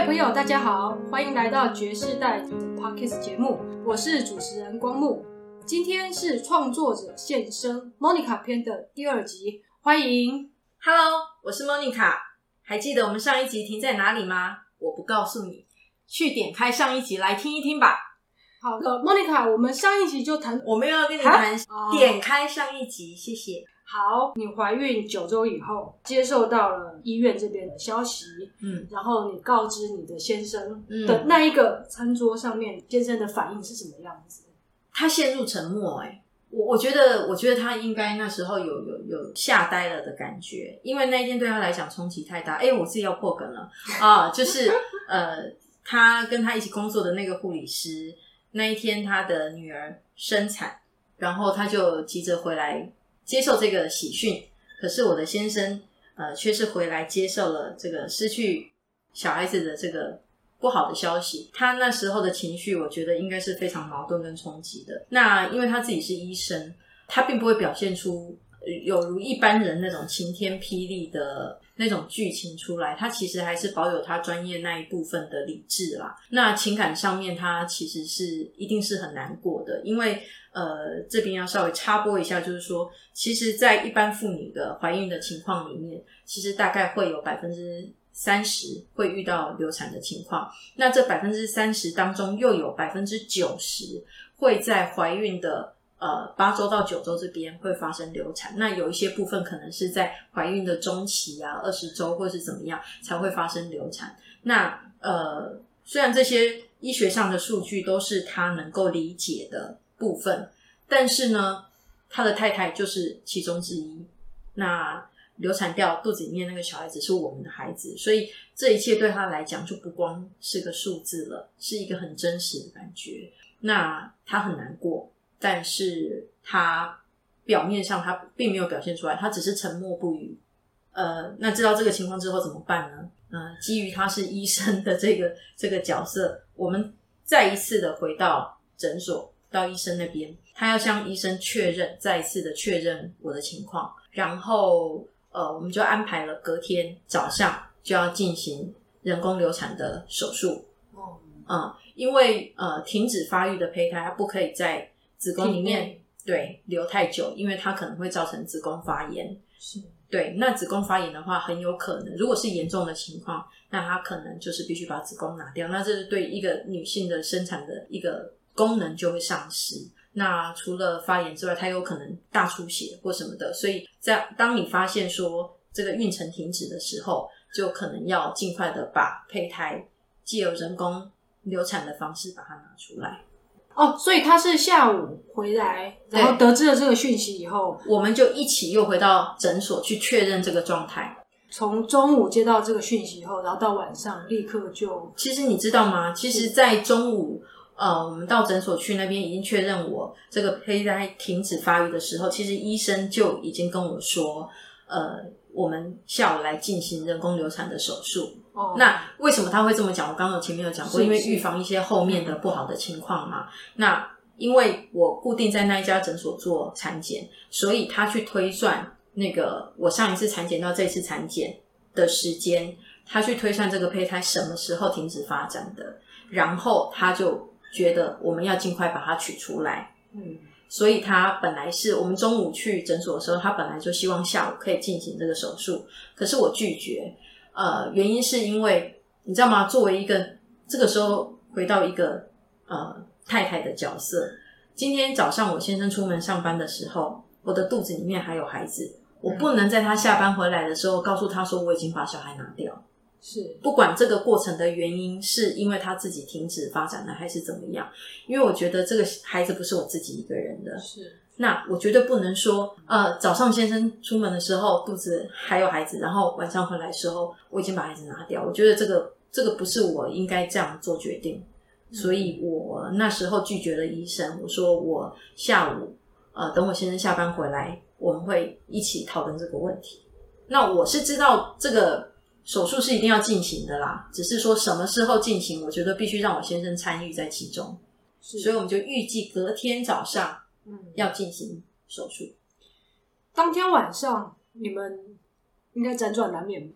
朋友大家好，欢迎来到爵士代的 Podcast 节目，我是主持人光木。今天是创作者现身 Monica 篇的第2集，欢迎。 Hello， 我是 Monica， 还记得我们上一集停在哪里吗？我不告诉你，去点开上一集来听一听吧。 好的 Monica， 我们上一集就谈， 我没有要跟你谈点开上一集，谢谢。 好，你怀孕9周以后接受到了医院这边的消息，然后你告知你的先生的那一个餐桌上面，先生的反应是什么样子？ 他陷入沉默。我觉得他应该那时候有吓呆了的感觉，因为那一天对他来讲冲击太大。我自己要破梗了啊，就是他跟他一起工作的那个护理师，那一天他的女儿生产，然后他就急着回来接受这个喜讯，可是我的先生却是回来接受了这个失去小孩子的这个不好的消息。他那时候的情绪我觉得应该是非常矛盾跟冲击的。那因为他自己是医生，他并不会表现出有如一般人那种晴天霹雳的那种剧情出来，他其实还是保有他专业那一部分的理智啦。那情感上面他其实是一定是很难过的，因为这边要稍微插播一下，就是说其实在一般妇女的怀孕的情况里面，其实大概会有30%会遇到流产的情况，那这30%当中又有90%会在怀孕的8周到9周这边会发生流产，那有一些部分可能是在怀孕的中期啊20周或是怎么样才会发生流产。那虽然这些医学上的数据都是他能够理解的部分，但是呢他的太太就是其中之一，那流产掉肚子里面那个小孩子是我们的孩子，所以这一切对他来讲就不光是个数字了，是一个很真实的感觉。那他很难过，但是他表面上他并没有表现出来，他只是沉默不语。那知道这个情况之后怎么办呢？基于他是医生的这个角色，我们再一次的回到诊所，到医生那边，他要向医生再一次的确认我的情况，然后我们就安排了隔天早上就要进行人工流产的手术。因为停止发育的胚胎它不可以在子宫里面留太久，因为它可能会造成子宫发炎。是，对，那子宫发炎的话很有可能，如果是严重的情况，那它可能就是必须把子宫拿掉，那这是对一个女性的生产的一个功能就会丧失。那除了发炎之外，它有可能大出血或什么的，所以当你发现说这个孕程停止的时候，就可能要尽快的把胚胎藉由人工流产的方式把它拿出来。 所以他是下午回来，然后得知了这个讯息以后， 我们就一起又回到诊所去确认这个状态。 从中午接到这个讯息以后，然后到晚上立刻就…… 其实你知道吗？其实在中午我们到诊所去那边已经确认我这个胚胎停止发育的时候，其实医生就已经跟我说我们下午来进行人工流产的手术。那为什么他会这么讲？我刚刚前面有讲过，因为预防一些后面的不好的情况嘛。那因为我固定在那一家诊所做产检，所以他去推算那个我上一次产检到这次产检的时间，他去推算这个胚胎什么时候停止发展的，然后他就觉得我们要尽快把它取出来。所以他本来是我们中午去诊所的时候，他本来就希望下午可以进行这个手术，可是我拒绝。原因是因为你知道吗？作为一个这个时候回到一个太太的角色，今天早上我先生出门上班的时候，我的肚子里面还有孩子，我不能在他下班回来的时候告诉他说我已经把小孩拿掉。是，不管这个过程的原因是因为他自己停止发展了还是怎么样，因为我觉得这个孩子不是我自己一个人的。是，那我绝对不能说早上先生出门的时候肚子还有孩子，然后晚上回来的时候我已经把孩子拿掉，我觉得这个不是我应该这样做决定。所以我那时候拒绝了医生，我说我下午等我先生下班回来，我们会一起讨论这个问题。那我是知道这个手术是一定要进行的啦，只是说什么时候进行，我觉得必须让我先生参与在其中。所以我们就预计隔天早上要进行手术。 当天晚上你们应该辗转难眠吧？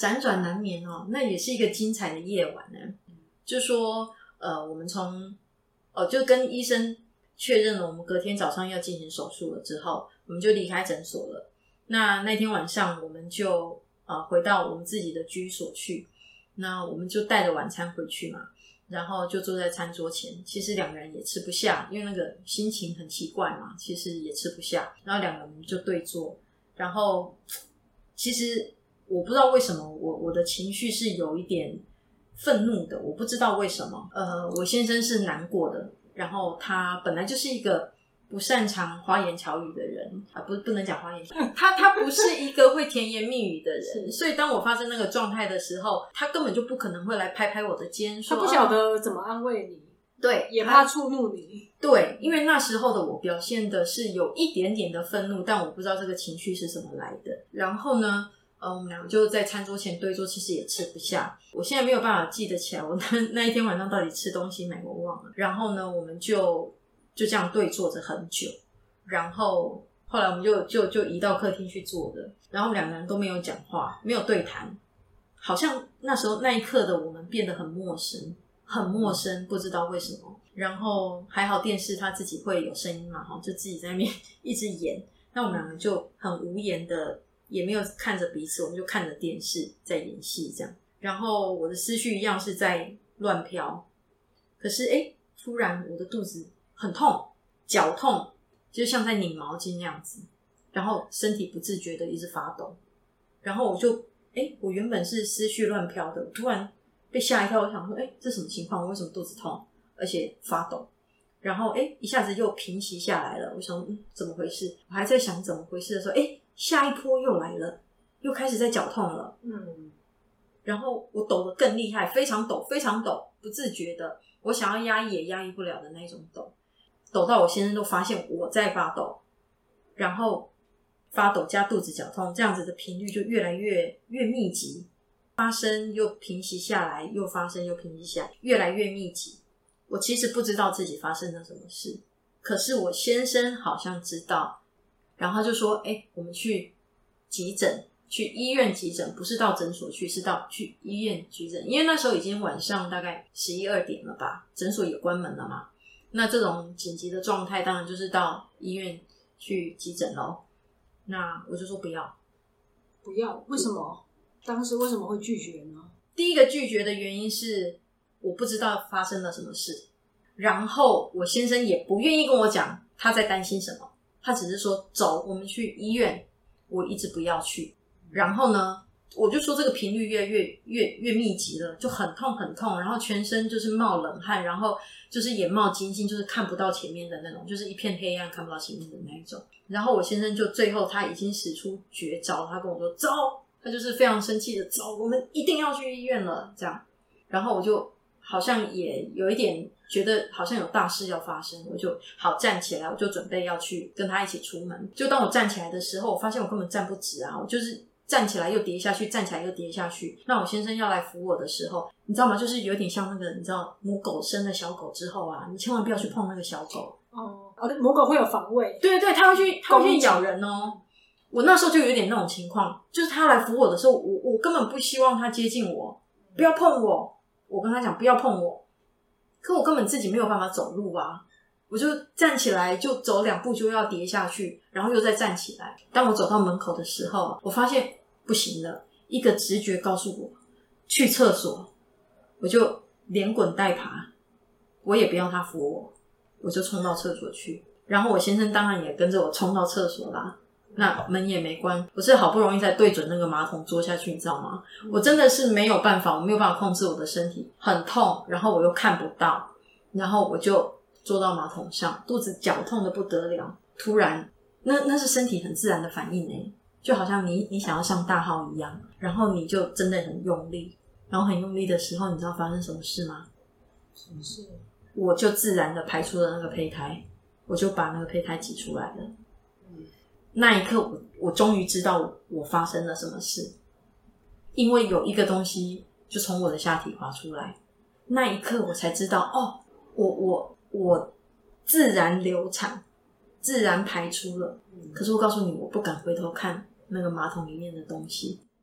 辗转难眠哦，那也是一个精彩的夜晚呢。就说我们从就跟医生确认了我们隔天早上要进行手术了之后，我们就离开诊所了。那天晚上我们就回到我们自己的居所去，那我们就带着晚餐回去嘛，然后就坐在餐桌前，其实两个人也吃不下，因为那个心情很奇怪嘛，其实也吃不下，然后两个人就对坐，然后其实我不知道为什么我的情绪是有一点愤怒的，我不知道为什么。我先生是难过的，然后他本来就是一个不擅长花言巧语的人啊，不能讲花言巧语，他不是一个会甜言蜜语的人，所以当我发生那个状态的时候，他根本就不可能会来拍拍我的肩说， 他不晓得怎么安慰你， 对， 也怕触怒你。 对，因为那时候的我表现的是有一点点的愤怒，但我不知道这个情绪是怎么来的。然后呢我们两个就在餐桌前对坐，其实也吃不下。我现在没有办法记得起来我那一天晚上到底吃东西没，我忘了。然后呢我们就这样对坐着很久，然后后来我们就移到客厅去坐的，然后两个人都没有讲话，没有对谈，好像那时候那一刻的我们变得很陌生，很陌生，不知道为什么。然后还好电视它自己会有声音嘛，就自己在那边一直演，那我们两个就很无言的，也没有看着彼此，我们就看着电视在演戏这样。然后我的思绪一样是在乱飘，可是突然我的肚子很痛，绞痛，就像在拧毛巾那样子，然后身体不自觉的一直发抖，然后我就我原本是思绪乱飘的，突然被吓一跳，我想说这什么情况，我为什么肚子痛而且发抖，然后一下子又平息下来了，我想怎么回事，我还在想怎么回事的时候下一波又来了，又开始在绞痛了，然后我抖得更厉害，非常抖非常抖，不自觉的我想要压抑也压抑不了的那种抖，抖到我先生都发现我在发抖，然后发抖加肚子绞痛，这样子的频率就越来越密集，发生又平息下来，又发生又平息下来，越来越密集。我其实不知道自己发生了什么事，可是我先生好像知道，然后他就说我们去急诊，去医院急诊，不是到诊所去，是去医院急诊，因为那时候已经晚上大概11、12点了吧，诊所也关门了嘛，那这种紧急的状态当然就是到医院去急诊咯。那我就说不要， 为什么？当时为什么会拒绝呢？ 第一个拒绝的原因是我不知道发生了什么事，然后我先生也不愿意跟我讲他在担心什么，他只是说走我们去医院，我一直不要去。然后呢我就说这个频率越密集了，就很痛很痛，然后全身就是冒冷汗，然后就是眼冒金星，就是看不到前面的那种，就是一片黑暗看不到前面的那一种。然后我先生就最后他已经使出绝招，他跟我说走，他就是非常生气的走，我们一定要去医院了这样。然后我就好像也有一点觉得好像有大事要发生，我就好站起来，我就准备要去跟他一起出门。就当我站起来的时候，我发现我根本站不直啊，我就是站起来又跌下去，站起来又跌下去。那我先生要来扶我的时候，你知道吗，就是有点像那个你知道母狗生了小狗之后啊，你千万不要去碰那个小狗母狗会有防卫， 对，它会去咬人哦。我那时候就有点那种情况，就是他来扶我的时候，我根本不希望他接近我，不要碰我，我跟他讲不要碰我，可我根本自己没有办法走路啊，我就站起来就走2步就要跌下去，然后又再站起来。当我走到门口的时候，我发现不行了，一个直觉告诉我去厕所，我就连滚带爬，我也不要他扶我，我就冲到厕所去。然后我先生当然也跟着我冲到厕所啦，那门也没关，我是好不容易才对准那个马桶坐下去，你知道吗？我真的是没有办法，我没有办法控制我的身体，很痛，然后我又看不到，然后我就坐到马桶上，肚子绞痛的不得了。突然那是身体很自然的反应就好像你想要上大号一样，然后你就真的很用力，然后很用力的时候，你知道发生什么事吗？ 什么事？ 我就自然的排出了那个胚胎，我就把那个胚胎挤出来了。那一刻我终于知道我发生了什么事，因为有一个东西就从我的下体滑出来，那一刻我才知道我自然流产，自然排出了。可是我告诉你，我不敢回头看那个马桶里面的东西，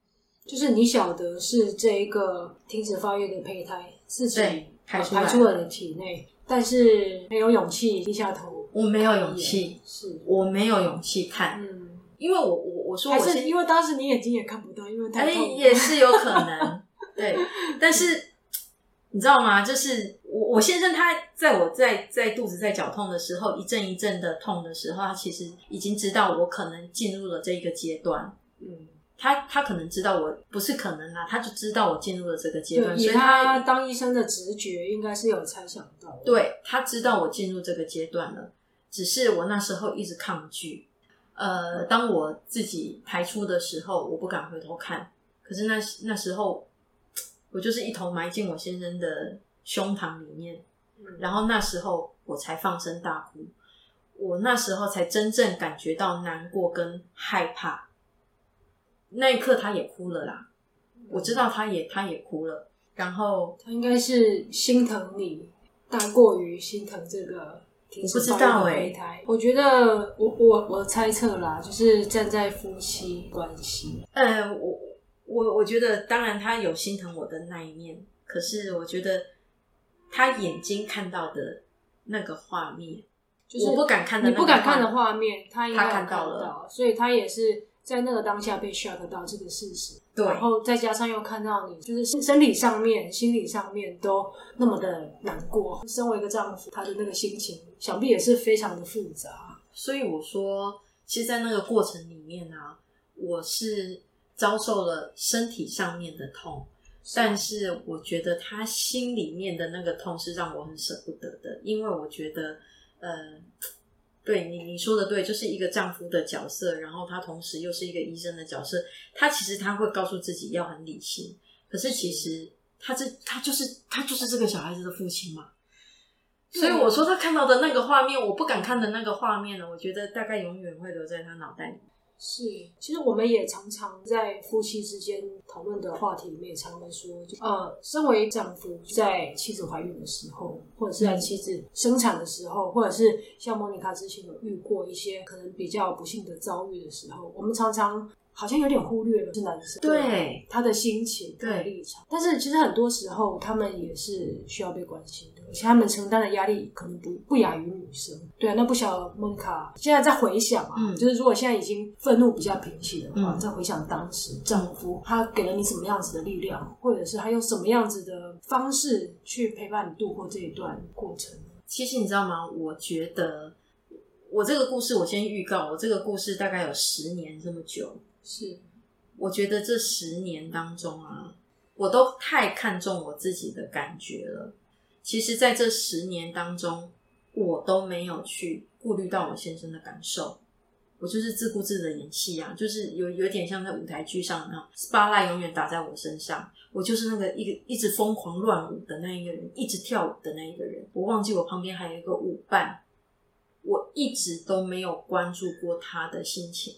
就是你晓得是这一个停止发育的胚胎自己排出了你的体内，但是没有勇气低下头。 我没有勇气，我没有勇气看，因为我说我还是因为当时你眼睛也看不到，因为太痛， 也是有可能，对。但是你知道吗？就是我先生他在我在肚子在绞痛的时候，一阵一阵的痛的时候，他其实已经知道我可能进入了这一个阶段，他可能知道我不是可能啦，他就知道我进入了这个阶段，所以他当医生的直觉应该是有猜想到的。 对，他知道我进入这个阶段了，只是我那时候一直抗拒。当我自己排出的时候，我不敢回头看，可是那时候我就是一头埋进我先生的胸膛里面，然后那时候我才放声大哭，我那时候才真正感觉到难过跟害怕。那一刻他也哭了啦，我知道他也哭了，然后他应该是心疼你大过于心疼这个停止发育的胚胎。我觉得我猜测啦，就是站在夫妻关系， 我觉得当然他有心疼我的那一面，可是我觉得他眼睛看到的那个画面，就是我不敢看的那个你不敢看的画面，他应该有看到了， 所以他也是在那个当下被 shock 到这个事实， 对， 然后再加上又看到你就是身体上面心理上面都那么的难过，身为一个丈夫他的那个心情想必也是非常的复杂。 所以我说其实在那个过程里面啊，我是遭受了身体上面的痛，但是我觉得他心里面的那个痛是让我很舍不得的，因为我觉得对你说的对，就是一个丈夫的角色，然后他同时又是一个医生的角色，他其实他会告诉自己要很理性，可是其实他就是这个小孩子的父亲嘛。所以我说他看到的那个画面，我不敢看的那个画面呢，我觉得大概永远会留在他脑袋里。 是，其实我们也常常在夫妻之间讨论的话题里面，也常会说，身为丈夫在妻子怀孕的时候，或者是在妻子生产的时候，或者是像莫妮卡之前有遇过一些可能比较不幸的遭遇的时候，我们常常好像有点忽略了是男生对他的心情、他的立场，但是其实很多时候他们也是需要被关心的，而且他们承担的压力可能不亚于女生。对啊，那不晓得莫妮卡现在在回想啊，就是如果现在已经愤怒比较平息的话，再回想当时丈夫他给了你什么样子的力量，或者是他用什么样子的方式去陪伴你度过这一段过程。 其实你知道吗，我觉得我这个故事，我先预告，我这个故事大概有10年这么久。 是， 我觉得这10年当中啊，我都太看重我自己的感觉了。其实在这10年当中，我都没有去顾虑到我先生的感受，我就是自顾自的演戏啊，就是有点像在舞台剧上那 spotlight 永远打在我身上，我就是那个一直疯狂乱舞的那一个人，一直跳舞的那一个人。我忘记我旁边还有一个舞伴，我一直都没有关注过他的心情。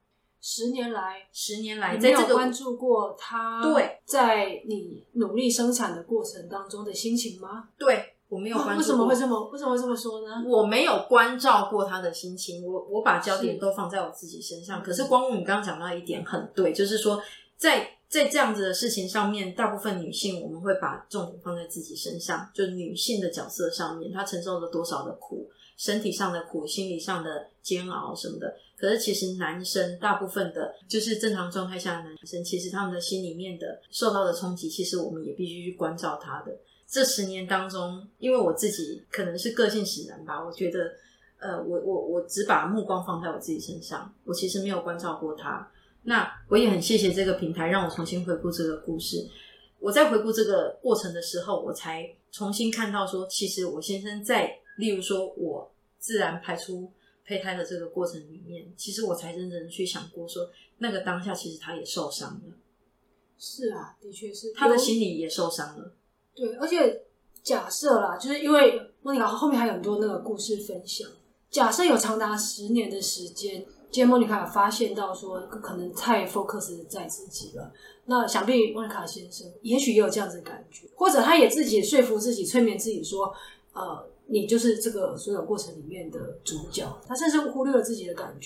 10年来你没有关注过他在你努力生产的过程当中的心情吗？ 对，我没有关注过。 为什么会这么说呢？ 我没有关照过他的心情，我把焦点都放在我自己身上。可是光武你刚刚讲到一点很对，就是说在这样子的事情上面，大部分女性我们会把重点放在自己身上，就女性的角色上面，她承受了多少的苦，身体上的苦，心理上的煎熬什么的。可是其实男生大部分的就是正常状态下的男生，其实他们的心里面的受到的冲击，其实我们也必须去关照他的。这10年当中，因为我自己可能是个性使然吧，我觉得我只把目光放在我自己身上，我其实没有关照过他。那我也很谢谢这个平台让我重新回顾这个故事。我在回顾这个过程的时候，我才重新看到说，其实我先生在例如说我自然排出胚胎的这个过程里面，其实我才认真的去想过说，那个当下其实他也受伤了。 是啊，的确是， 他的心理也受伤了。对， 而且假设啦，就是因为莫妮卡后面还有很多那个故事分享，假设有长达10年的时间，今天莫妮卡有发现到说可能太 focus 在自己了，那想必莫妮卡先生也许也有这样子的感觉，或者他也自己说服自己催眠自己说你就是这个所有过程里面的主角，他甚至忽略了自己的感觉。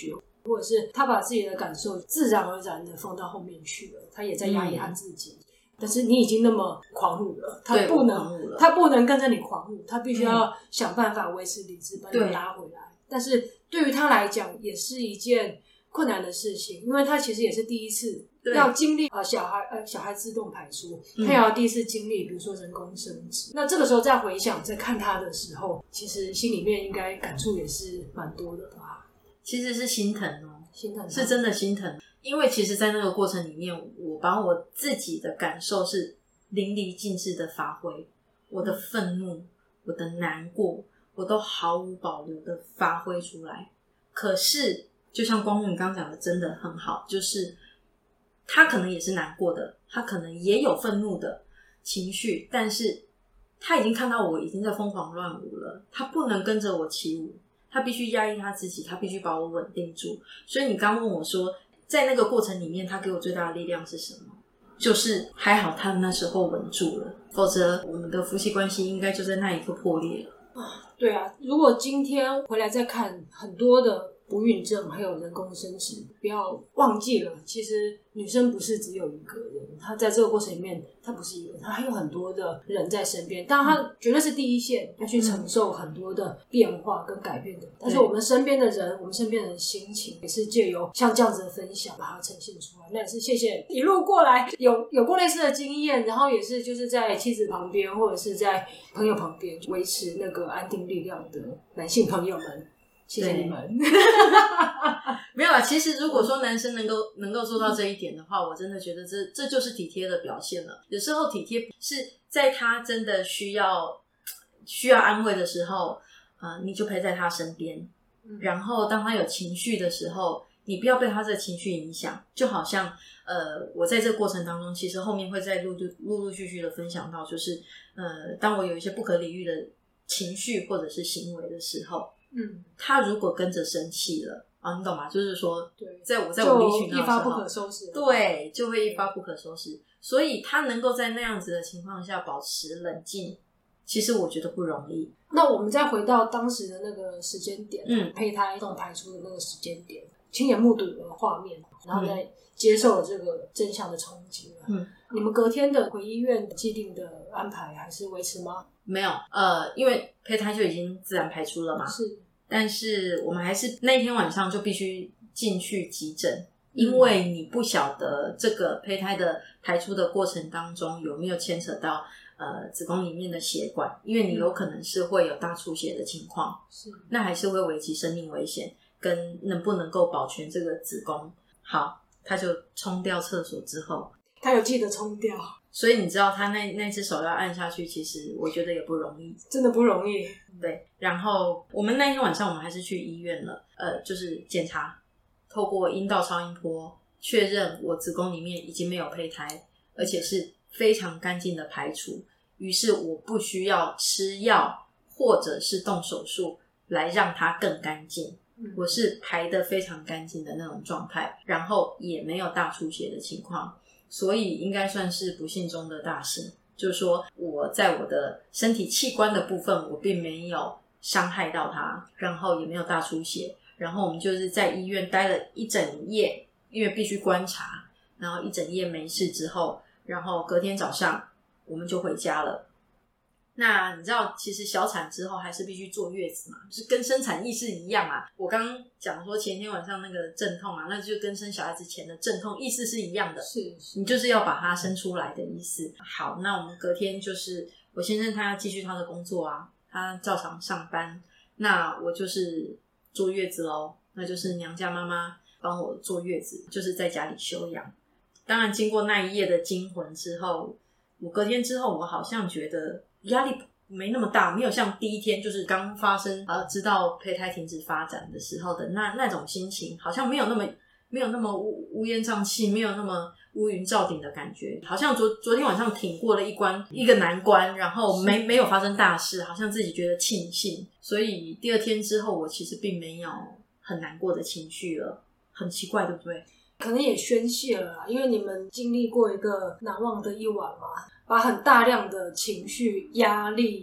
或者是他把自己的感受自然而然的放到后面去了，他也在压抑他自己。但是你已经那么狂怒了，他不能跟着你狂怒，他必须要想办法维持理智，把你拉回来。但是对于他来讲，也是一件困难的事情，因为他其实也是第一次要经历小孩自动排出，他也要第一次经历，比如说人工生殖。那这个时候再回想再看他的时候，其实心里面应该感触也是蛮多的吧。 其实是心疼心疼是真的心疼。因为其实在那个过程里面，我把我自己的感受是淋漓尽致的发挥，我的愤怒，我的难过，我都毫无保留的发挥出来。可是就像光木你刚刚讲的真的很好，就是他可能也是难过的，他可能也有愤怒的情绪，但是他已经看到我已经在疯狂乱舞了，他不能跟着我起舞，他必须压抑他自己，他必须把我稳定住。所以你刚问我说在那个过程里面他给我最大的力量是什么，就是还好他那时候稳住了，否则我们的夫妻关系应该就在那一刻破裂了。 对啊，如果今天回来再看很多的不孕症还有人工生殖，不要忘记了其实女生不是只有一个人，她在这个过程里面她不是一个人，她还有很多的人在身边，当然她绝对是第一线要去承受很多的变化跟改变的，但是我们身边的人，我们身边的人的心情也是借由像这样子的分享把它呈现出来。那也是谢谢一路过来有过类似的经验，然后也是就是在妻子旁边或者是在朋友旁边维持那个安定力量的男性朋友们，谢谢你们。 没有啊，其实如果说男生能够做到这一点的话，我真的觉得这就是体贴的表现了。有时候体贴是在他真的需要安慰的时候，你就陪在他身边，然后当他有情绪的时候，你不要被他这个情绪影响。就好像我在这个过程当中，其实后面会再陆陆续续的分享到，就是当我有一些不可理喻的情绪或者是行为的时候，他如果跟着生气了你懂吗？就是说在我离群的时候就一发不可收拾， 对，就会一发不可收拾。所以他能够在那样子的情况下保持冷静，其实我觉得不容易。 那我们再回到当时的那个时间点，胚胎动排出的那个时间点，亲眼目睹的画面，然后再接受了这个真相的冲击了。你们隔天的回医院既定的安排还是维持吗？ 没有，因为胚胎就已经自然排出了嘛。 是。 但是我们还是那一天晚上就必须进去急诊，因为你不晓得这个胚胎的排出的过程当中有没有牵扯到子宫里面的血管，因为你有可能是会有大出血的情况， 是， 那还是会危及生命危险跟能不能够保全这个子宫。好，他就冲掉厕所之后， 他有记得冲掉， 所以你知道他那只手要按下去，其实我觉得也不容易， 真的不容易。 对，然后我们那天晚上我们还是去医院了，就是检查，透过阴道超音波确认我子宫里面已经没有胚胎，而且是非常干净的排除，于是我不需要吃药或者是动手术来让它更干净，我是排得非常干净的那种状态，然后也没有大出血的情况，所以应该算是不幸中的大幸，就是说我在我的身体器官的部分我并没有伤害到它，然后也没有大出血，然后我们就是在医院待了一整夜，因为必须观察，然后一整夜没事之后，然后隔天早上我们就回家了。那你知道其实小产之后还是必须坐月子嘛，就是跟生产意识一样啊。我刚刚讲说前天晚上那个阵痛啊，那就跟生小孩子前的阵痛意思是一样的， 是你就是要把它生出来的意思。好，那我们隔天就是我先生他要继续他的工作啊，他照常上班，那我就是坐月子咯，那就是娘家妈妈帮我坐月子，就是在家里休养。当然经过那一夜的惊魂之后，我隔天之后我好像觉得压力没那么大，没有像第一天就是刚发生知道胚胎停止发展的时候的那种心情，好像没有那么乌烟瘴气，没有那么乌云罩顶的感觉，好像昨天晚上挺过了一个难关，然后没有发生大事，好像自己觉得庆幸，所以第二天之后我其实并没有很难过的情绪了，很奇怪对不对？ 可能也宣泄了啦，因为你们经历过一个难忘的一晚嘛，把很大量的情绪压力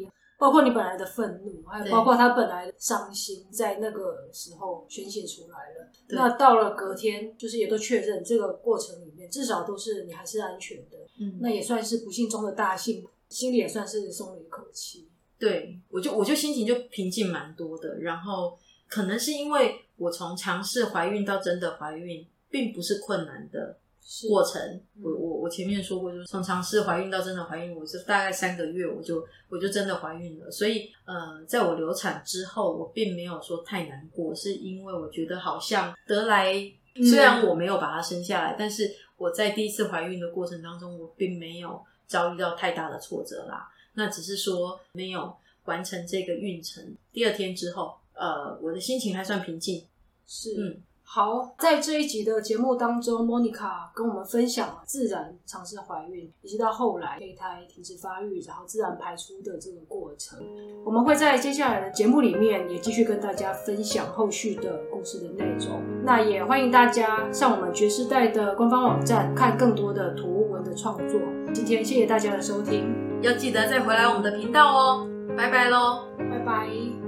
包括你本来的愤怒，还有包括他本来的伤心，在那个时候宣泄出来了。那到了隔天，就是也都确认这个过程里面，至少都是你还是安全的。那也算是不幸中的大幸，心里也算是松了一口气。 对，我就心情就平静蛮多的。然后可能是因为我从尝试怀孕到真的怀孕，并不是困难的过程。我前面说过，就是从尝试怀孕到真的怀孕，我就大概3个月我就真的怀孕了。所以在我流产之后，我并没有说太难过，是因为我觉得好像得来，虽然我没有把它生下来，但是我在第一次怀孕的过程当中，我并没有遭遇到太大的挫折啦。那只是说没有完成这个孕程，第2天之后我的心情还算平静。 是好，在这一集的节目当中 Monica 跟我们分享了自然尝试怀孕，以及到后来胚胎停止发育然后自然排出的这个过程。我们会在接下来的节目里面也继续跟大家分享后续的故事的内容。那也欢迎大家上我们觉世代的官方网站看更多的图文的创作。今天谢谢大家的收听， 要记得再回来我们的频道哦，拜拜咯， 拜拜。